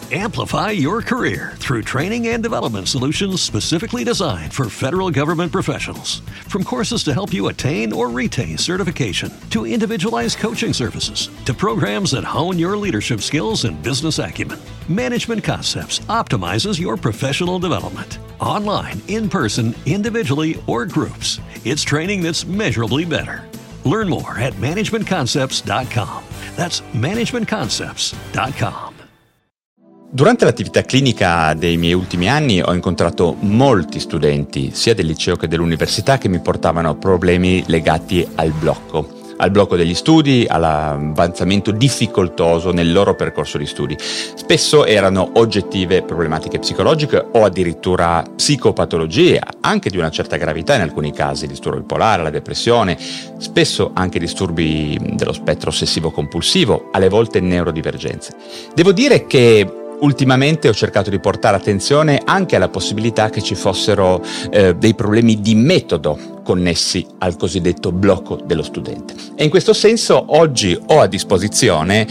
Amplify your career through training and development solutions specifically designed for federal government professionals. From courses to help you attain or retain certification, to individualized coaching services, to programs that hone your leadership skills and business acumen, Management Concepts optimizes your professional development. Online, in person, individually, or groups, it's training that's measurably better. Learn more at managementconcepts.com. That's managementconcepts.com. Durante l'attività clinica dei miei ultimi anni ho incontrato molti studenti, sia del liceo che dell'università, che mi portavano problemi legati al blocco degli studi, all'avanzamento difficoltoso nel loro percorso di studi. Spesso erano oggettive problematiche psicologiche o addirittura psicopatologie, anche di una certa gravità in alcuni casi, disturbo bipolare, la depressione, spesso anche disturbi dello spettro ossessivo-compulsivo, alle volte neurodivergenze. Devo dire che ultimamente ho cercato di portare attenzione anche alla possibilità che ci fossero dei problemi di metodo connessi al cosiddetto blocco dello studente. E in questo senso oggi ho a disposizione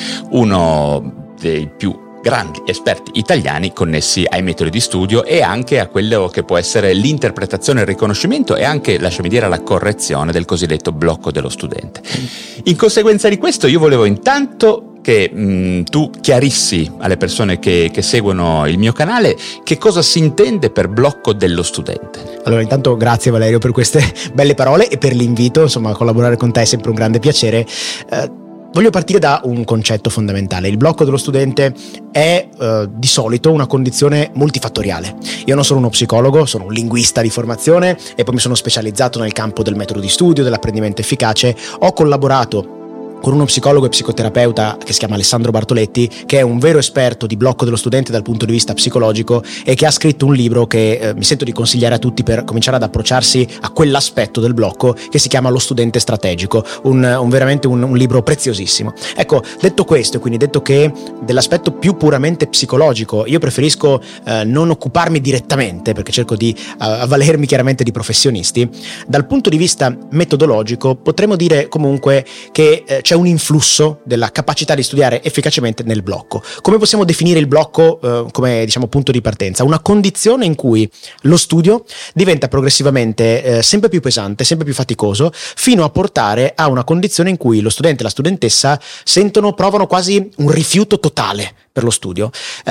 uno dei più grandi esperti italiani connessi ai metodi di studio e anche a quello che può essere l'interpretazione, il riconoscimento e anche, lasciami dire, la correzione del cosiddetto blocco dello studente. In conseguenza di questo io volevo intanto che tu chiarissi alle persone che seguono il mio canale che cosa si intende per blocco dello studente. Allora, intanto grazie Valerio per queste belle parole e per l'invito, insomma, a collaborare con te è sempre un grande piacere. Voglio partire da un concetto fondamentale. Il blocco dello studente è di solito una condizione multifattoriale. Io non sono uno psicologo, sono un linguista di formazione e poi mi sono specializzato nel campo del metodo di studio, dell'apprendimento efficace. Ho collaborato con uno psicologo e psicoterapeuta che si chiama Alessandro Bartoletti, che è un vero esperto di blocco dello studente dal punto di vista psicologico e che ha scritto un libro che mi sento di consigliare a tutti per cominciare ad approcciarsi a quell'aspetto del blocco, che si chiama Lo studente strategico, veramente un libro preziosissimo. Ecco, detto questo, e quindi detto che dell'aspetto più puramente psicologico io preferisco non occuparmi direttamente, perché cerco di avvalermi chiaramente di professionisti, dal punto di vista metodologico potremmo dire comunque che c'è un influsso della capacità di studiare efficacemente nel blocco. Come possiamo definire il blocco come, diciamo, punto di partenza? Una condizione in cui lo studio diventa progressivamente sempre più pesante, sempre più faticoso, fino a portare a una condizione in cui lo studente e la studentessa provano quasi un rifiuto totale per lo studio,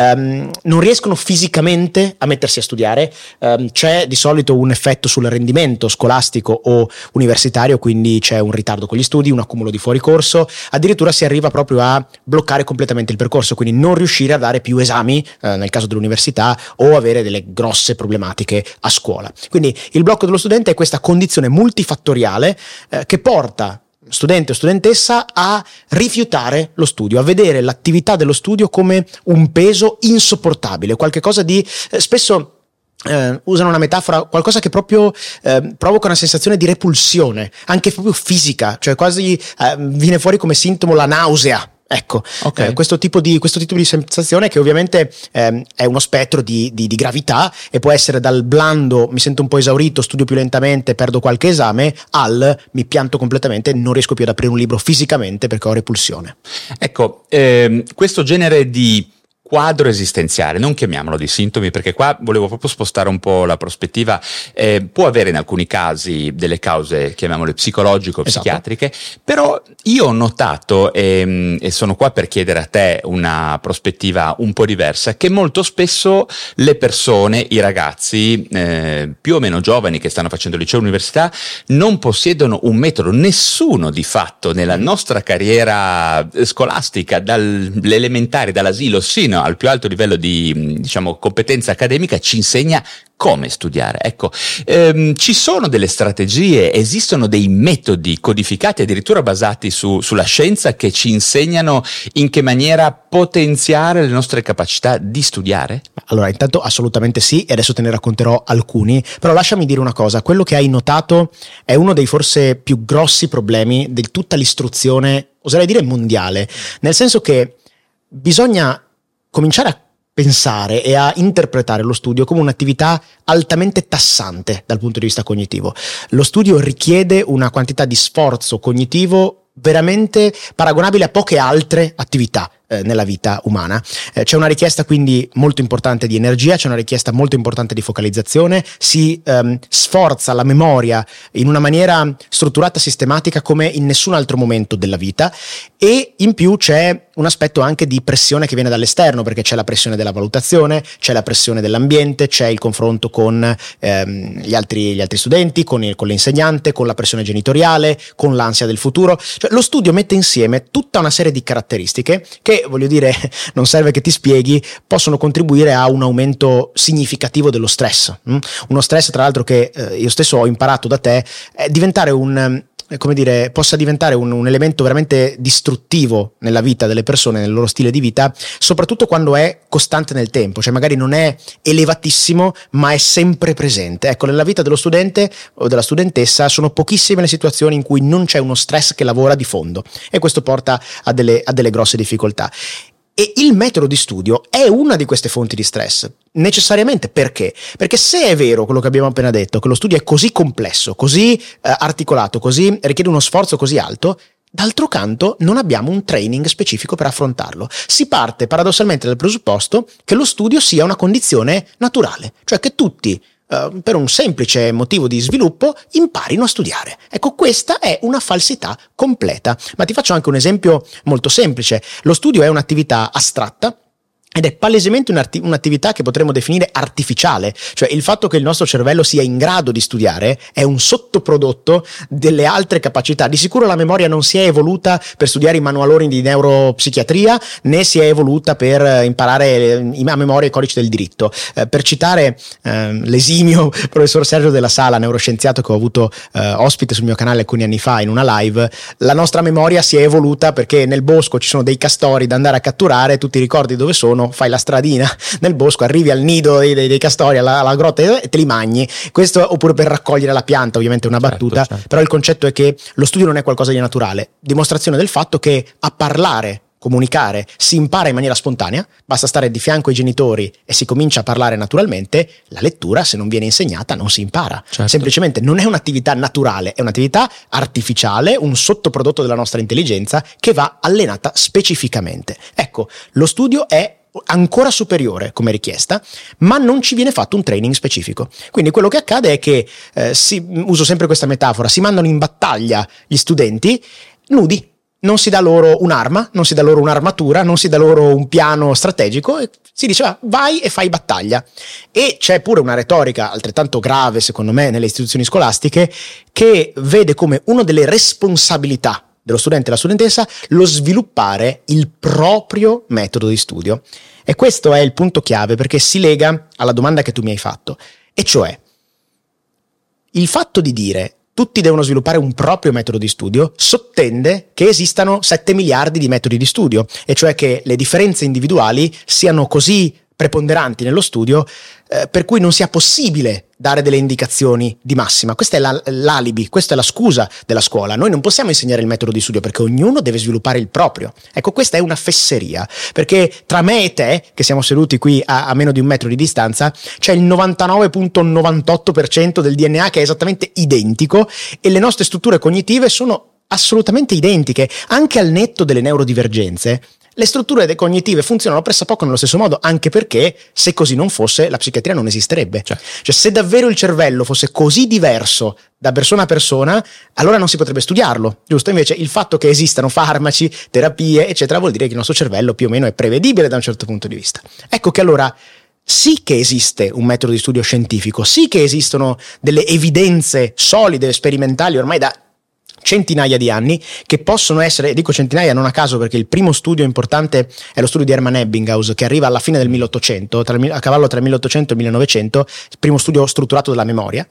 non riescono fisicamente a mettersi a studiare, c'è di solito un effetto sul rendimento scolastico o universitario, quindi c'è un ritardo con gli studi, un accumulo di fuori corso, addirittura si arriva proprio a bloccare completamente il percorso, quindi non riuscire a dare più esami nel caso dell'università o avere delle grosse problematiche a scuola. Quindi il blocco dello studente è questa condizione multifattoriale che porta studente o studentessa a rifiutare lo studio, a vedere l'attività dello studio come un peso insopportabile, qualche cosa di spesso usano una metafora, qualcosa che proprio provoca una sensazione di repulsione, anche proprio fisica, cioè quasi viene fuori come sintomo la nausea. Ecco, okay. Questo tipo di sensazione che ovviamente è uno spettro di gravità e può essere dal blando, mi sento un po' esaurito, studio più lentamente, perdo qualche esame, al mi pianto completamente, non riesco più ad aprire un libro fisicamente perché ho repulsione. Ecco, questo genere di quadro esistenziale, non chiamiamolo di sintomi, perché qua volevo proprio spostare un po' la prospettiva, può avere in alcuni casi delle cause, chiamiamole psicologico-psichiatriche, esatto. Però io ho notato, e sono qua per chiedere a te una prospettiva un po' diversa, che molto spesso le persone, i ragazzi più o meno giovani che stanno facendo liceo e università, non possiedono un metodo, nessuno di fatto nella nostra carriera scolastica, dalle elementari, dall'asilo sino al più alto livello di, diciamo, competenza accademica, ci insegna come studiare. Ecco, ci sono delle strategie, esistono dei metodi codificati addirittura basati sulla scienza che ci insegnano in che maniera potenziare le nostre capacità di studiare? Allora, intanto assolutamente sì, e adesso te ne racconterò alcuni, però lasciami dire una cosa, quello che hai notato è uno dei forse più grossi problemi di tutta l'istruzione, oserei dire mondiale, nel senso che bisogna cominciare a pensare e a interpretare lo studio come un'attività altamente tassante dal punto di vista cognitivo. Lo studio richiede una quantità di sforzo cognitivo veramente paragonabile a poche altre attività. nella vita umana. C'è una richiesta quindi molto importante di energia, c'è una richiesta molto importante di focalizzazione, si sforza la memoria in una maniera strutturata, sistematica come in nessun altro momento della vita, e in più c'è un aspetto anche di pressione che viene dall'esterno, perché c'è la pressione della valutazione, c'è la pressione dell'ambiente, c'è il confronto con gli altri studenti, con l'insegnante, con la pressione genitoriale, con l'ansia del futuro. Cioè, lo studio mette insieme tutta una serie di caratteristiche che, voglio dire, non serve che ti spieghi, possono contribuire a un aumento significativo dello stress. Uno stress, tra l'altro, che io stesso ho imparato da te, è diventare possa diventare un elemento veramente distruttivo nella vita delle persone, nel loro stile di vita, soprattutto quando è costante nel tempo, cioè magari non è elevatissimo ma è sempre presente. Ecco, nella vita dello studente o della studentessa sono pochissime le situazioni in cui non c'è uno stress che lavora di fondo, e questo porta a delle grosse difficoltà. E il metodo di studio è una di queste fonti di stress, necessariamente. Perché? Perché se è vero quello che abbiamo appena detto, che lo studio è così complesso, così articolato, così richiede uno sforzo così alto, d'altro canto non abbiamo un training specifico per affrontarlo. Si parte paradossalmente dal presupposto che lo studio sia una condizione naturale, cioè che tutti, per un semplice motivo di sviluppo, imparino a studiare. Ecco, questa è una falsità completa. Ma ti faccio anche un esempio molto semplice. Lo studio è un'attività astratta ed è palesemente un'attività che potremmo definire artificiale, cioè il fatto che il nostro cervello sia in grado di studiare è un sottoprodotto delle altre capacità. Di sicuro la memoria non si è evoluta per studiare i manualoni di neuropsichiatria, né si è evoluta per imparare a memoria i codici del diritto. Per citare l'esimio professor Sergio Della Sala, neuroscienziato che ho avuto ospite sul mio canale alcuni anni fa in una live, la nostra memoria si è evoluta perché nel bosco ci sono dei castori da andare a catturare, tu ti ricordi dove sono, fai la stradina nel bosco, arrivi al nido dei castori, alla grotta, e te li mangi. Questo, oppure per raccogliere la pianta, ovviamente è una battuta, certo. Però il concetto è che lo studio non è qualcosa di naturale, dimostrazione del fatto che a parlare, comunicare, si impara in maniera spontanea, basta stare di fianco ai genitori e si comincia a parlare naturalmente. La lettura, se non viene insegnata, non si impara. Certo. Semplicemente non è un'attività naturale, è un'attività artificiale, un sottoprodotto della nostra intelligenza che va allenata specificamente. Ecco, lo studio è ancora superiore come richiesta, ma non ci viene fatto un training specifico. Quindi quello che accade è che uso sempre questa metafora, si mandano in battaglia gli studenti nudi. Non si dà loro un'arma, non si dà loro un'armatura, non si dà loro un piano strategico, e si dice vai e fai battaglia. E c'è pure una retorica altrettanto grave, secondo me, nelle istituzioni scolastiche, che vede come una delle responsabilità dello studente e della studentessa lo sviluppare il proprio metodo di studio. E questo è il punto chiave, perché si lega alla domanda che tu mi hai fatto, e cioè il fatto di dire tutti devono sviluppare un proprio metodo di studio sottende che esistano 7 miliardi di metodi di studio, e cioè che le differenze individuali siano così preponderanti nello studio per cui non sia possibile dare delle indicazioni di massima. Questa è l'alibi, questa è la scusa della scuola. Noi non possiamo insegnare il metodo di studio perché ognuno deve sviluppare il proprio. Ecco, questa è una fesseria, perché tra me e te, che siamo seduti qui a meno di un metro di distanza, c'è il 99,98% del DNA che è esattamente identico, e le nostre strutture cognitive sono assolutamente identiche, anche al netto delle neurodivergenze. Le strutture cognitive funzionano pressappoco nello stesso modo, anche perché se così non fosse la psichiatria non esisterebbe. Cioè se davvero il cervello fosse così diverso da persona a persona, allora non si potrebbe studiarlo, giusto? Invece il fatto che esistano farmaci, terapie, eccetera, vuol dire che il nostro cervello più o meno è prevedibile da un certo punto di vista. Ecco che allora sì che esiste un metodo di studio scientifico, sì che esistono delle evidenze solide, sperimentali, ormai da centinaia di anni, che possono essere, dico centinaia non a caso perché il primo studio importante è lo studio di Hermann Ebbinghaus, che arriva alla fine del 1800, a cavallo tra il 1800 e il 1900, il primo studio strutturato della memoria,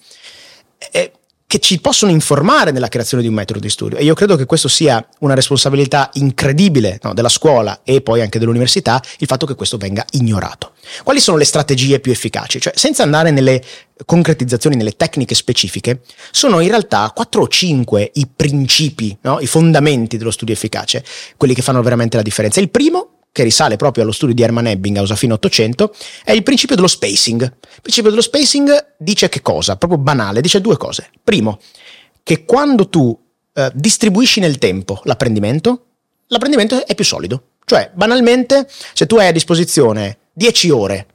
che ci possono informare nella creazione di un metodo di studio. E io credo che questo sia una responsabilità incredibile, no, della scuola e poi anche dell'università, il fatto che questo venga ignorato. Quali sono le strategie più efficaci? Cioè, senza andare nelle concretizzazioni, nelle tecniche specifiche, sono in realtà 4 o 5 i principi, no? I fondamenti dello studio efficace, quelli che fanno veramente la differenza. Il primo, che risale proprio allo studio di Hermann Ebbinghaus a fine 800, è il principio dello spacing. Il principio dello spacing dice che cosa? Proprio banale, dice 2 cose. Primo, che quando tu distribuisci nel tempo l'apprendimento è più solido. Cioè, banalmente, se tu hai a disposizione 10 ore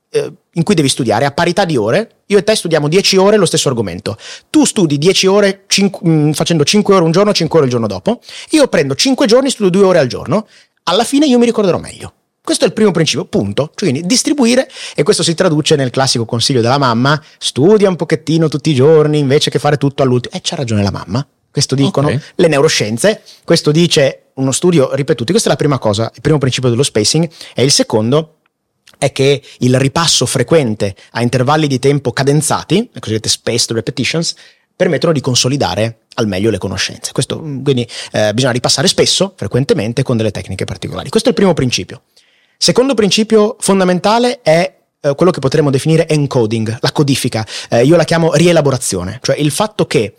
in cui devi studiare a parità di ore, io e te studiamo 10 ore lo stesso argomento. Tu studi 10 ore facendo 5 ore un giorno, 5 ore il giorno dopo. Io prendo 5 giorni, studio 2 ore al giorno. Alla fine io mi ricorderò meglio. Questo è il primo principio, punto. Cioè, quindi distribuire, e questo si traduce nel classico consiglio della mamma: studia un pochettino tutti i giorni invece che fare tutto all'ultimo. C'ha ragione la mamma. Questo dicono le neuroscienze, questo dice uno studio ripetuto. Questa è la prima cosa, il primo principio dello spacing. E il secondo è che il ripasso frequente a intervalli di tempo cadenzati, le cosiddette spaced repetitions, permettono di consolidare al meglio le conoscenze. Questo, quindi bisogna ripassare spesso, frequentemente, con delle tecniche particolari. Questo è il primo principio. Secondo principio fondamentale è quello che potremmo definire encoding, la codifica. Io la chiamo rielaborazione, cioè il fatto che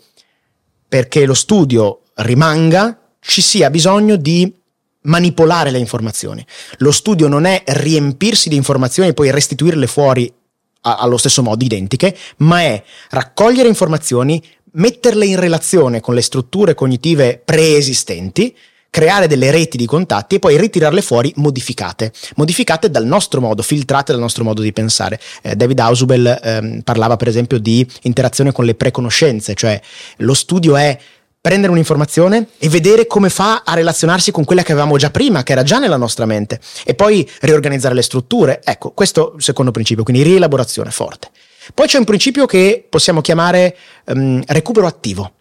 perché lo studio rimanga ci sia bisogno di manipolare le informazioni. Lo studio non è riempirsi di informazioni e poi restituirle fuori allo stesso modo, identiche, ma è raccogliere informazioni, metterle in relazione con le strutture cognitive preesistenti, creare delle reti di contatti e poi ritirarle fuori modificate dal nostro modo, filtrate dal nostro modo di pensare. David Ausubel parlava per esempio di interazione con le preconoscenze, cioè lo studio è prendere un'informazione e vedere come fa a relazionarsi con quella che avevamo già prima, che era già nella nostra mente, e poi riorganizzare le strutture. Ecco, questo è il secondo principio, quindi rielaborazione forte. Poi c'è un principio che possiamo chiamare recupero attivo.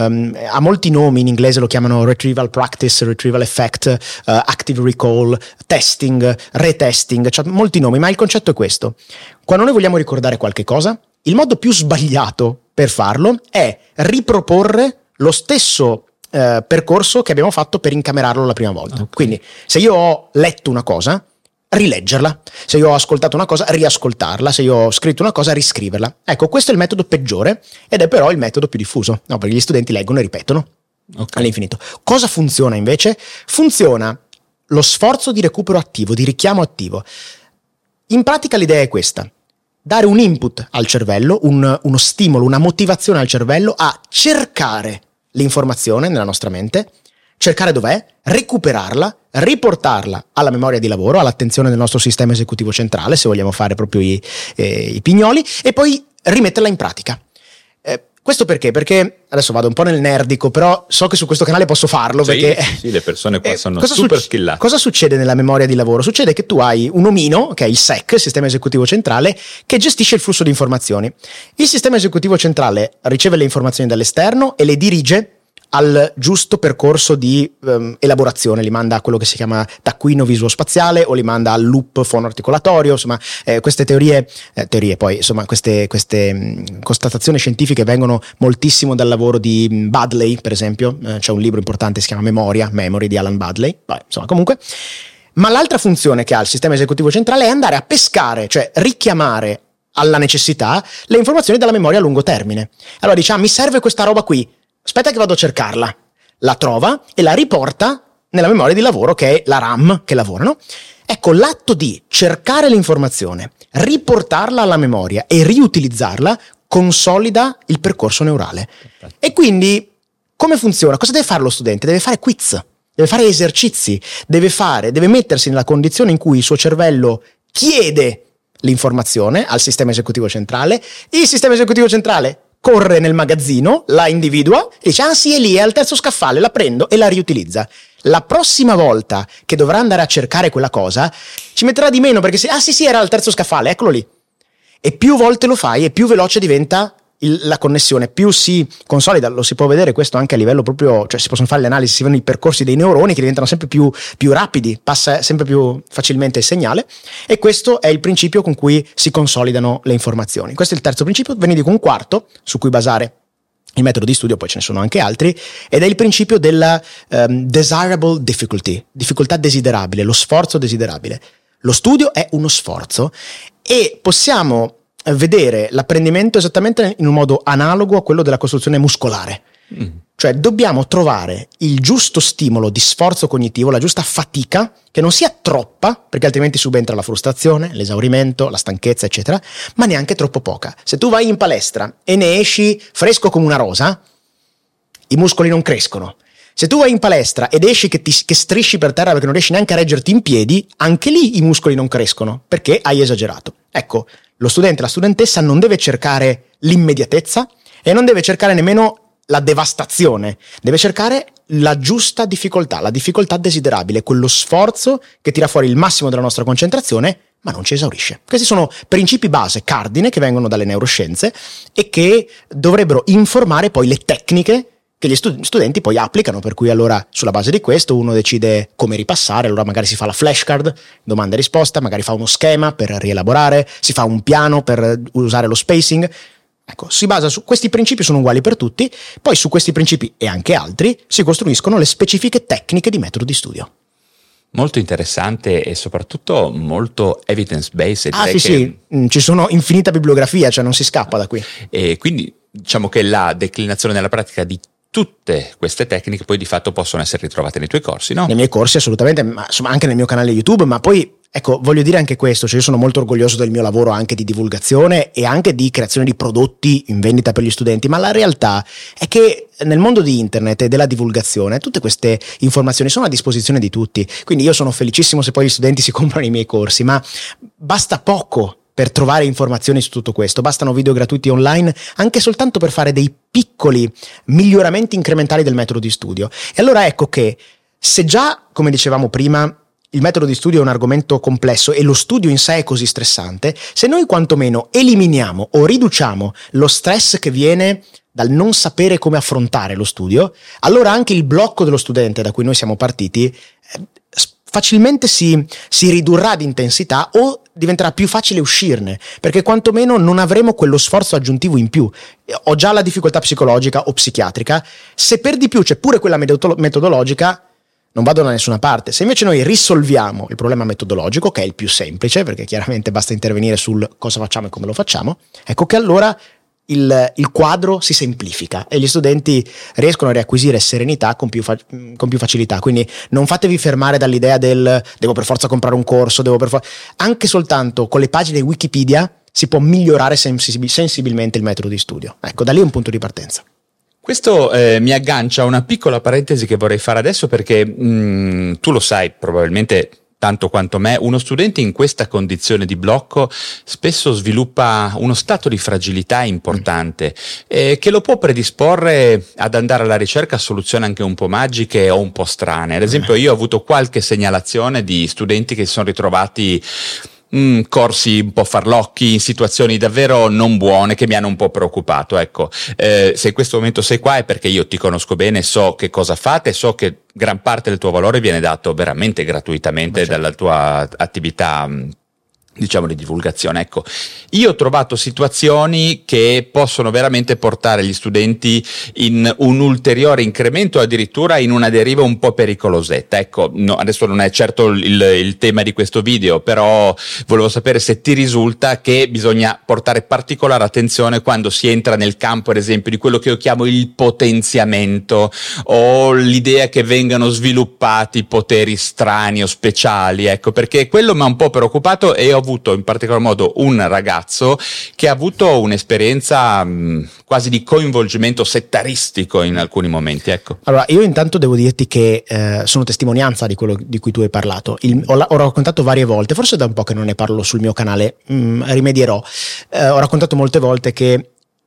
Ha molti nomi, in inglese lo chiamano retrieval practice, retrieval effect, active recall, testing, retesting, cioè molti nomi, ma il concetto è questo. Quando noi vogliamo ricordare qualche cosa, il modo più sbagliato per farlo è riproporre lo stesso percorso che abbiamo fatto per incamerarlo la prima volta. Okay. Quindi se io ho letto una cosa, rileggerla; se io ho ascoltato una cosa, riascoltarla; se io ho scritto una cosa, riscriverla. Ecco, questo è il metodo peggiore ed è però il metodo più diffuso, no? Perché gli studenti leggono e ripetono all'infinito. Cosa funziona invece? Funziona lo sforzo di recupero attivo, di richiamo attivo. In pratica l'idea è questa: dare un input al cervello, uno stimolo, una motivazione al cervello a cercare l'informazione nella nostra mente, cercare dov'è, recuperarla, riportarla alla memoria di lavoro, all'attenzione del nostro sistema esecutivo centrale, se vogliamo fare proprio i pignoli, e poi rimetterla in pratica. Questo perché? Perché adesso vado un po' nel nerdico, però so che su questo canale posso farlo, perché sì, le persone qua sono super skillate. Cosa succede nella memoria di lavoro? Succede che tu hai un omino, che è il SEC, il sistema esecutivo centrale, che gestisce il flusso di informazioni. Il sistema esecutivo centrale riceve le informazioni dall'esterno e le dirige al giusto percorso di elaborazione, li manda a quello che si chiama taccuino visuospaziale o li manda al loop fonoarticolatorio. Insomma, queste teorie poi, insomma, queste constatazioni scientifiche vengono moltissimo dal lavoro di Budley, per esempio. C'è un libro importante che si chiama Memory di Alan Budley. Insomma, comunque. Ma l'altra funzione che ha il sistema esecutivo centrale è andare a pescare, cioè richiamare alla necessità le informazioni dalla memoria a lungo termine. Allora dice: mi serve questa roba qui, aspetta che vado a cercarla, la trova e la riporta nella memoria di lavoro, che è la RAM che lavora, no? Ecco, l'atto di cercare l'informazione, riportarla alla memoria e riutilizzarla consolida il percorso neurale. Perfetto. E quindi come funziona? Cosa deve fare lo studente? Deve fare quiz, deve fare esercizi, deve mettersi nella condizione in cui il suo cervello chiede l'informazione al sistema esecutivo centrale, il sistema esecutivo centrale corre nel magazzino, la individua e dice: ah sì, è lì, è al terzo scaffale, la prendo e la riutilizza. La prossima volta che dovrà andare a cercare quella cosa ci metterà di meno, perché sì, era al terzo scaffale, eccolo lì. E più volte lo fai e più veloce diventa la connessione, più si consolida. Lo si può vedere questo anche a livello proprio, cioè si possono fare le analisi, si vedono i percorsi dei neuroni che diventano sempre più rapidi, passa sempre più facilmente il segnale, e questo è il principio con cui si consolidano le informazioni. Questo è il terzo principio. Ve ne dico un quarto su cui basare il metodo di studio, poi ce ne sono anche altri, ed è il principio della desirable difficulty, difficoltà desiderabile, lo sforzo desiderabile. Lo studio è uno sforzo e possiamo vedere l'apprendimento esattamente in un modo analogo a quello della costruzione muscolare. Cioè dobbiamo trovare il giusto stimolo di sforzo cognitivo, la giusta fatica, che non sia troppa, perché altrimenti subentra la frustrazione, l'esaurimento, la stanchezza, eccetera, ma neanche troppo poca. Se tu vai in palestra e ne esci fresco come una rosa, i muscoli non crescono. Se tu vai in palestra ed esci che strisci per terra perché non riesci neanche a reggerti in piedi, anche lì i muscoli non crescono perché hai esagerato. Ecco, lo studente, la studentessa non deve cercare l'immediatezza e non deve cercare nemmeno la devastazione, deve cercare la giusta difficoltà, la difficoltà desiderabile, quello sforzo che tira fuori il massimo della nostra concentrazione ma non ci esaurisce. Questi sono principi base, cardine, che vengono dalle neuroscienze e che dovrebbero informare poi le tecniche che gli studenti poi applicano, per cui allora sulla base di questo uno decide come ripassare, allora magari si fa la flashcard, domanda e risposta, magari fa uno schema per rielaborare, si fa un piano per usare lo spacing. Ecco, si basa su questi principi, sono uguali per tutti, poi su questi principi e anche altri si costruiscono le specifiche tecniche di metodo di studio. Molto interessante e soprattutto molto evidence-based. Sì, ci sono infinita bibliografia, cioè non si scappa da qui. E quindi diciamo che la declinazione nella pratica di tutte queste tecniche poi di fatto possono essere ritrovate nei tuoi corsi, no? Nei miei corsi assolutamente, ma insomma anche nel mio canale YouTube, ma poi ecco, voglio dire anche questo, cioè io sono molto orgoglioso del mio lavoro anche di divulgazione e anche di creazione di prodotti in vendita per gli studenti, ma la realtà è che nel mondo di internet e della divulgazione tutte queste informazioni sono a disposizione di tutti, quindi io sono felicissimo se poi gli studenti si comprano i miei corsi, ma basta poco per trovare informazioni su tutto questo, bastano video gratuiti online anche soltanto per fare dei piccoli miglioramenti incrementali del metodo di studio. E allora ecco che se già, come dicevamo prima, il metodo di studio è un argomento complesso e lo studio in sé è così stressante, se noi quantomeno eliminiamo o riduciamo lo stress che viene dal non sapere come affrontare lo studio, allora anche il blocco dello studente da cui noi siamo partiti facilmente si ridurrà di intensità o diventerà più facile uscirne, perché quantomeno non avremo quello sforzo aggiuntivo in più. Ho già la difficoltà psicologica o psichiatrica, se per di più c'è pure quella metodologica, non vado da nessuna parte. Se invece noi risolviamo il problema metodologico, che è il più semplice, perché chiaramente basta intervenire sul cosa facciamo e come lo facciamo, ecco che allora il quadro si semplifica e gli studenti riescono a riacquisire serenità con più facilità. Quindi non fatevi fermare dall'idea del devo per forza comprare un corso, anche soltanto con le pagine Wikipedia si può migliorare sensibilmente il metodo di studio. Ecco, da lì è un punto di partenza. Questo mi aggancia a una piccola parentesi che vorrei fare adesso perché tu lo sai probabilmente tanto quanto me, uno studente in questa condizione di blocco spesso sviluppa uno stato di fragilità importante che lo può predisporre ad andare alla ricerca a soluzioni anche un po' magiche o un po' strane. Ad esempio io ho avuto qualche segnalazione di studenti che si sono ritrovati corsi un po' farlocchi in situazioni davvero non buone che mi hanno un po' preoccupato. Ecco, se in questo momento sei qua è perché io ti conosco bene, so che cosa fate, so che gran parte del tuo valore viene dato veramente gratuitamente dalla tua attività diciamo di divulgazione. Ecco, io ho trovato situazioni che possono veramente portare gli studenti in un ulteriore incremento, addirittura in una deriva un po' pericolosetta. Ecco, no, adesso non è certo il tema di questo video, però volevo sapere se ti risulta che bisogna portare particolare attenzione quando si entra nel campo, ad esempio, di quello che io chiamo il potenziamento o l'idea che vengano sviluppati poteri strani o speciali, ecco, perché quello mi ha un po' preoccupato e ho avuto in particolar modo un ragazzo che ha avuto un'esperienza quasi di coinvolgimento settaristico in alcuni momenti, ecco. Allora, io intanto devo dirti che sono testimonianza di quello di cui tu hai parlato. Ho raccontato varie volte, forse da un po' che non ne parlo sul mio canale, rimedierò. Ho raccontato molte volte che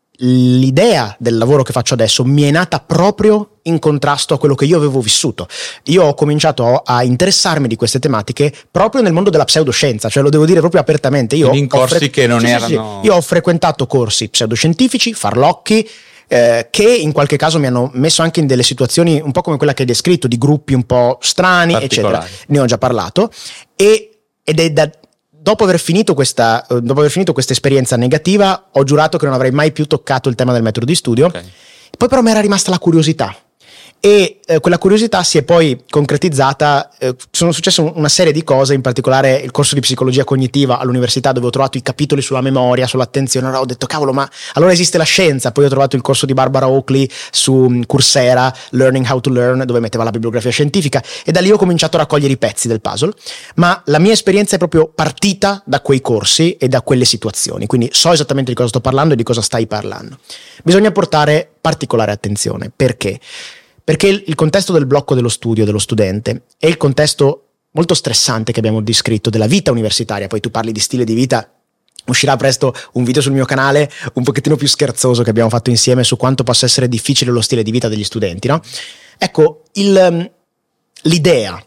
l'idea del lavoro che faccio adesso mi è nata proprio in contrasto a quello che io avevo vissuto. Io ho cominciato a interessarmi di queste tematiche proprio nel mondo della pseudoscienza, cioè lo devo dire proprio apertamente. Io in corsi che non erano... Io ho frequentato corsi pseudoscientifici, farlocchi, che in qualche caso mi hanno messo anche in delle situazioni un po' come quella che hai descritto, di gruppi un po' strani, eccetera. Ne ho già parlato ed è dopo aver finito questa esperienza negativa, ho giurato che non avrei mai più toccato il tema del metodo di studio. Okay. Poi però mi era rimasta la curiosità e quella curiosità si è poi concretizzata. Sono successe una serie di cose, in particolare il corso di psicologia cognitiva all'università, dove ho trovato i capitoli sulla memoria, sull'attenzione. Allora ho detto cavolo, ma allora esiste la scienza. Poi ho trovato il corso di Barbara Oakley su Coursera, Learning How to Learn, dove metteva la bibliografia scientifica, e da lì ho cominciato a raccogliere i pezzi del puzzle. Ma la mia esperienza è proprio partita da quei corsi e da quelle situazioni, quindi so esattamente di cosa sto parlando e di cosa stai parlando. Bisogna portare particolare attenzione. Perché? Perché il contesto del blocco dello studio, dello studente, è il contesto molto stressante che abbiamo descritto della vita universitaria. Poi tu parli di stile di vita, uscirà presto un video sul mio canale un pochettino più scherzoso che abbiamo fatto insieme su quanto possa essere difficile lo stile di vita degli studenti, no? Ecco, l'idea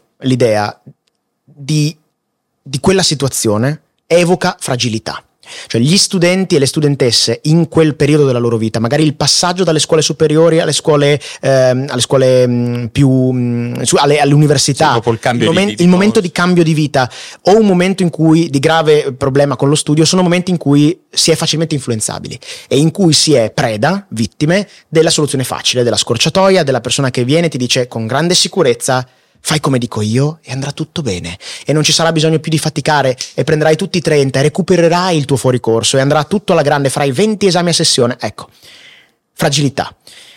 di quella situazione evoca fragilità. Cioè gli studenti e le studentesse in quel periodo della loro vita, magari il passaggio dalle scuole superiori alle scuole all'università, sì, il momento di cambio di vita o un momento in cui di grave problema con lo studio, sono momenti in cui si è facilmente influenzabili e in cui si è preda, vittime della soluzione facile, della scorciatoia, della persona che viene e ti dice con grande sicurezza: fai come dico io e andrà tutto bene e non ci sarà bisogno più di faticare e prenderai tutti i 30 e recupererai il tuo fuoricorso e andrà tutto alla grande, farai 20 esami a sessione. Ecco, fragilità.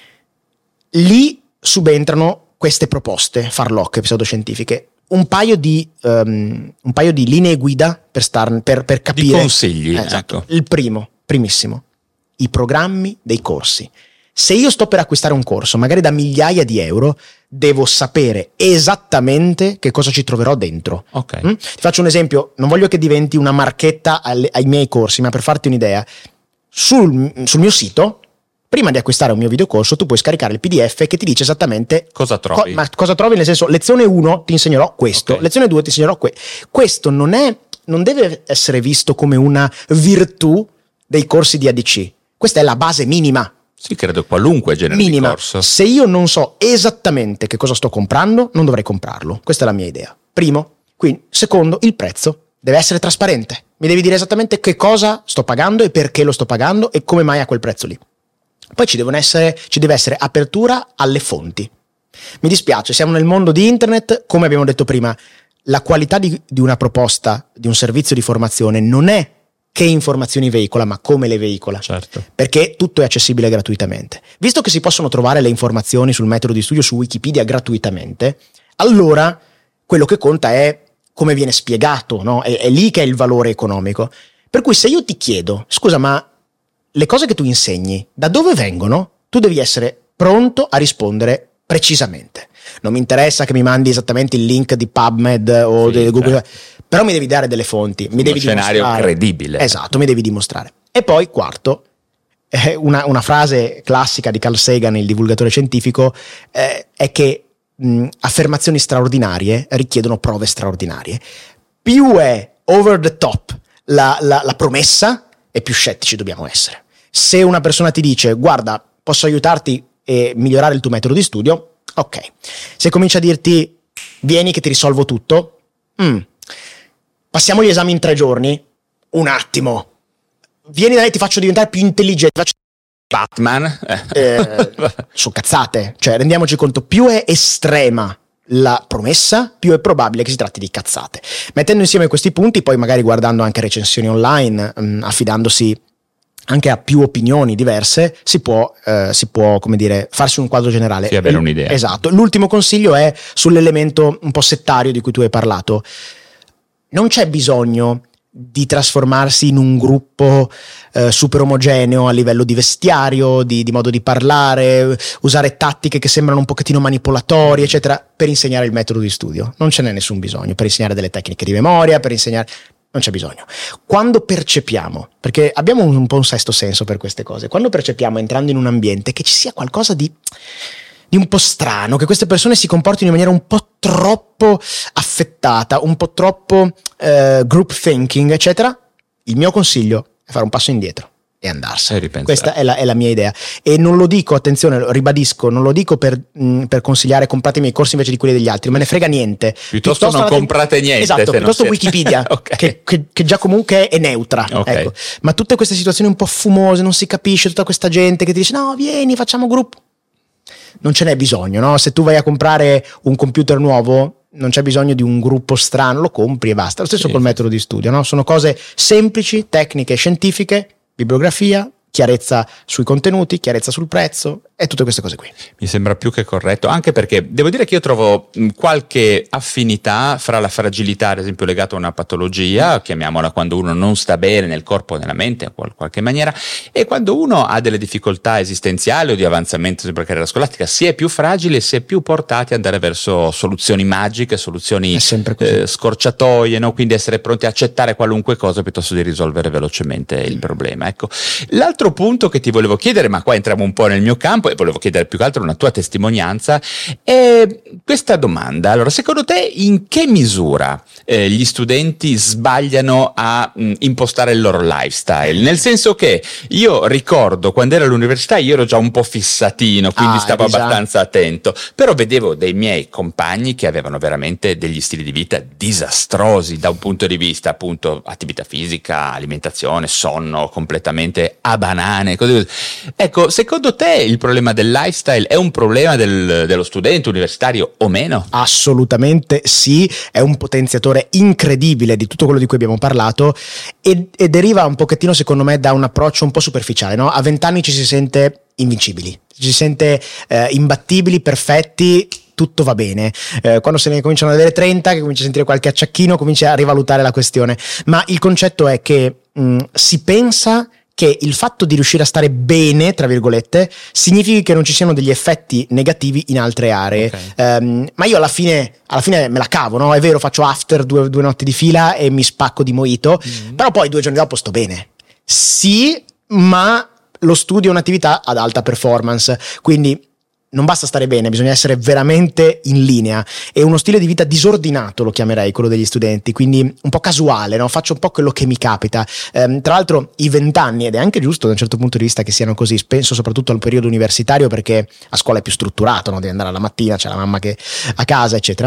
Lì subentrano queste proposte farlocche pseudoscientifiche, un paio di linee guida per capire. Di consigli. Esatto. Ecco. Il primissimo, i programmi dei corsi. Se io sto per acquistare un corso, magari da migliaia di euro, devo sapere esattamente che cosa ci troverò dentro. Okay. Ti faccio un esempio, non voglio che diventi una marchetta ai miei corsi, ma per farti un'idea, sul mio sito, prima di acquistare un mio videocorso, tu puoi scaricare il PDF che ti dice esattamente cosa trovi. Ma cosa trovi, nel senso, lezione 1 ti insegnerò questo, Okay. lezione 2 ti insegnerò questo. Non deve essere visto come una virtù dei corsi di ADC. Questa è la base minima. Sì, credo qualunque genere Minima. di corso. Se io non so esattamente che cosa sto comprando, non dovrei comprarlo. Questa è la mia idea. Primo. Quindi, secondo, il prezzo deve essere trasparente. Mi devi dire esattamente che cosa sto pagando e perché lo sto pagando e come mai a quel prezzo lì. Poi ci deve essere apertura alle fonti. Mi dispiace, siamo nel mondo di internet, come abbiamo detto prima, la qualità di una proposta, di un servizio di formazione non è che informazioni veicola, ma come le veicola. Certo. Perché tutto è accessibile gratuitamente. Visto che si possono trovare le informazioni sul metodo di studio su Wikipedia gratuitamente, allora quello che conta è come viene spiegato, no? È lì che è il valore economico. Per cui se io ti chiedo, scusa, ma le cose che tu insegni, da dove vengono? Tu devi essere pronto a rispondere precisamente. Non mi interessa che mi mandi esattamente il link di PubMed o Sì, di Google, certo. però mi devi dare delle fonti, mi devi scenario dimostrare. credibile. Esatto, mi devi dimostrare. E poi, quarto, una frase classica di Carl Sagan, il divulgatore scientifico, è che affermazioni straordinarie richiedono prove straordinarie. Più è over the top la promessa, e più scettici dobbiamo essere. Se una persona ti dice: guarda, posso aiutarti e migliorare il tuo metodo di studio, ok. Se comincia a dirti: vieni che ti risolvo tutto, passiamo gli esami in 3 giorni, un attimo, vieni da me, ti faccio diventare più intelligente, ti faccio Batman. sono cazzate. Cioè, rendiamoci conto, più è estrema la promessa, più è probabile che si tratti di cazzate. Mettendo insieme questi punti, poi magari guardando anche recensioni online, affidandosi anche a più opinioni diverse, si può come dire, farsi un quadro generale. Sì, avere un'idea. Esatto. L'ultimo consiglio è sull'elemento un po' settario di cui tu hai parlato. Non c'è bisogno di trasformarsi in un gruppo super omogeneo a livello di vestiario, di modo di parlare, usare tattiche che sembrano un pochettino manipolatorie, eccetera, per insegnare il metodo di studio. Non ce n'è nessun bisogno, per insegnare delle tecniche di memoria, per insegnare... Non c'è bisogno. Quando percepiamo, perché abbiamo un po' un sesto senso per queste cose, quando percepiamo entrando in un ambiente che ci sia qualcosa di un po' strano, che queste persone si comportino in maniera un po' troppo affettata, un po' troppo group thinking, eccetera, il mio consiglio è fare un passo indietro e andarsene. Questa è la mia idea. E non lo dico, attenzione, lo ribadisco, non lo dico per consigliare comprate i miei corsi invece di quelli degli altri, me ne frega niente. Piuttosto non comprate niente. Esatto, piuttosto Wikipedia, Okay. che già comunque è neutra. Okay. Ecco. Ma tutte queste situazioni un po' fumose, non si capisce, tutta questa gente che ti dice no, vieni, facciamo gruppo. Non ce n'è bisogno, no? Se tu vai a comprare un computer nuovo, non c'è bisogno di un gruppo strano, lo compri e basta. Lo stesso col metodo di studio, no? Sono cose semplici, tecniche, scientifiche, bibliografia, chiarezza sui contenuti, chiarezza sul prezzo e tutte queste cose qui. Mi sembra più che corretto, anche perché devo dire che io trovo qualche affinità fra la fragilità, ad esempio legata a una patologia, chiamiamola quando uno non sta bene nel corpo o nella mente in qualche maniera, e quando uno ha delle difficoltà esistenziali o di avanzamento per la carriera scolastica, si è più fragile, si è più portati ad andare verso soluzioni magiche, soluzioni scorciatoie, no? Quindi essere pronti a accettare qualunque cosa piuttosto di risolvere velocemente il problema. Ecco, l'altro punto che ti volevo chiedere, ma qua entriamo un po' nel mio campo e volevo chiedere più che altro una tua testimonianza, è questa domanda. Allora, secondo te in che misura gli studenti sbagliano a impostare il loro lifestyle? Nel senso che io ricordo quando ero all'università io ero già un po' fissatino, quindi stavo abbastanza attento, però vedevo dei miei compagni che avevano veramente degli stili di vita disastrosi da un punto di vista appunto attività fisica, alimentazione, sonno completamente a banane, così. Ecco, secondo te il problema del lifestyle è un problema dello studente universitario o meno? Assolutamente sì, è un potenziatore incredibile di tutto quello di cui abbiamo parlato e deriva un pochettino secondo me da un approccio un po' superficiale, no? A 20 anni ci si sente invincibili, ci si sente imbattibili, perfetti, tutto va bene. Quando se ne cominciano ad avere 30, che cominci a sentire qualche acciacchino, cominci a rivalutare la questione, ma il concetto è che si pensa che il fatto di riuscire a stare bene, tra virgolette, significhi che non ci siano degli effetti negativi in altre aree. Ma io alla fine me la cavo, no? È vero, faccio after due notti di fila e mi spacco di mojito, però poi 2 giorni dopo sto bene. Sì, ma lo studio è un'attività ad alta performance, quindi non basta stare bene, bisogna essere veramente in linea. È uno stile di vita disordinato, lo chiamerei, quello degli studenti, quindi un po' casuale, no? Faccio un po' quello che mi capita. Tra l'altro i 20 anni, ed è anche giusto da un certo punto di vista che siano così, penso soprattutto al periodo universitario, perché a scuola è più strutturato, no? Devi andare alla mattina, c'è la mamma che a casa, eccetera.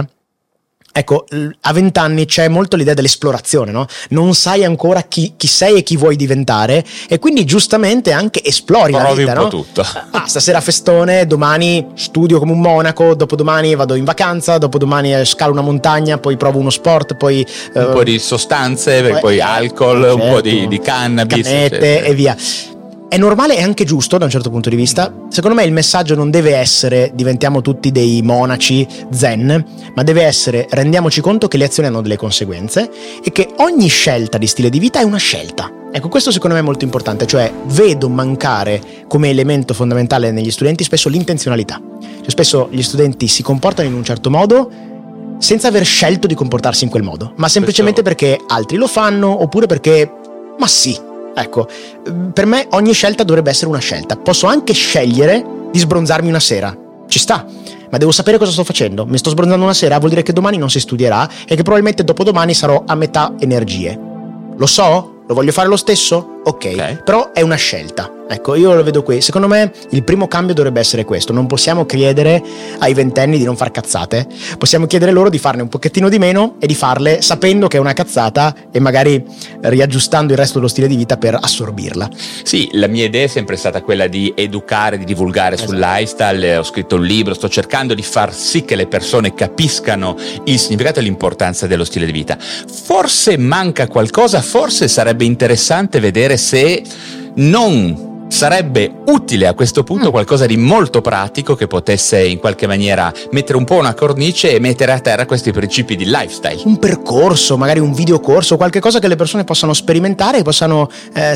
Ecco, a 20 anni c'è molto l'idea dell'esplorazione, no? Non sai ancora chi sei e chi vuoi diventare, e quindi giustamente anche esplori la vita, un po' no? tutto. Stasera festone, domani studio come un monaco, dopodomani vado in vacanza, dopodomani scalo una montagna, poi provo uno sport, poi un po' di sostanze, poi alcol, certo, un po' di cannabis, canette e via. È normale e anche giusto da un certo punto di vista. Secondo me il messaggio non deve essere diventiamo tutti dei monaci zen, ma deve essere rendiamoci conto che le azioni hanno delle conseguenze e che ogni scelta di stile di vita è una scelta. Ecco, questo secondo me è molto importante, cioè vedo mancare come elemento fondamentale negli studenti spesso l'intenzionalità. Cioè spesso gli studenti si comportano in un certo modo senza aver scelto di comportarsi in quel modo, ma semplicemente perché altri lo fanno oppure perché ma sì. Ecco, per me ogni scelta dovrebbe essere una scelta. Posso anche scegliere di sbronzarmi una sera, ci sta, ma devo sapere cosa sto facendo. Mi sto sbronzando una sera, vuol dire che domani non si studierà e che probabilmente dopodomani sarò a metà energie. Lo so? Lo voglio fare lo stesso? Ok, però è una scelta. Ecco, io lo vedo qui. Secondo me il primo cambio dovrebbe essere questo. Non possiamo chiedere ai 20enni di non far cazzate. Possiamo chiedere loro di farne un pochettino di meno e di farle sapendo che è una cazzata e magari riaggiustando il resto dello stile di vita per assorbirla. Sì, la mia idea è sempre stata quella di educare, di divulgare sul lifestyle. Ho scritto un libro, sto cercando di far sì che le persone capiscano il significato e l'importanza dello stile di vita. Forse manca qualcosa, forse sarebbe interessante vedere se non sarebbe utile a questo punto qualcosa di molto pratico che potesse in qualche maniera mettere un po' una cornice e mettere a terra questi principi di lifestyle. Un percorso, magari un videocorso, qualche cosa che le persone possano sperimentare e possano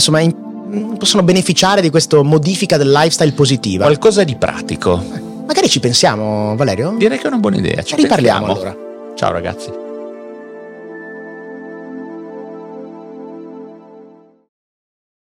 possono beneficiare di questa modifica del lifestyle positiva. Qualcosa di pratico. Magari ci pensiamo, Valerio? Direi che è una buona idea. Ci riparliamo pensiamo. allora. Ciao ragazzi.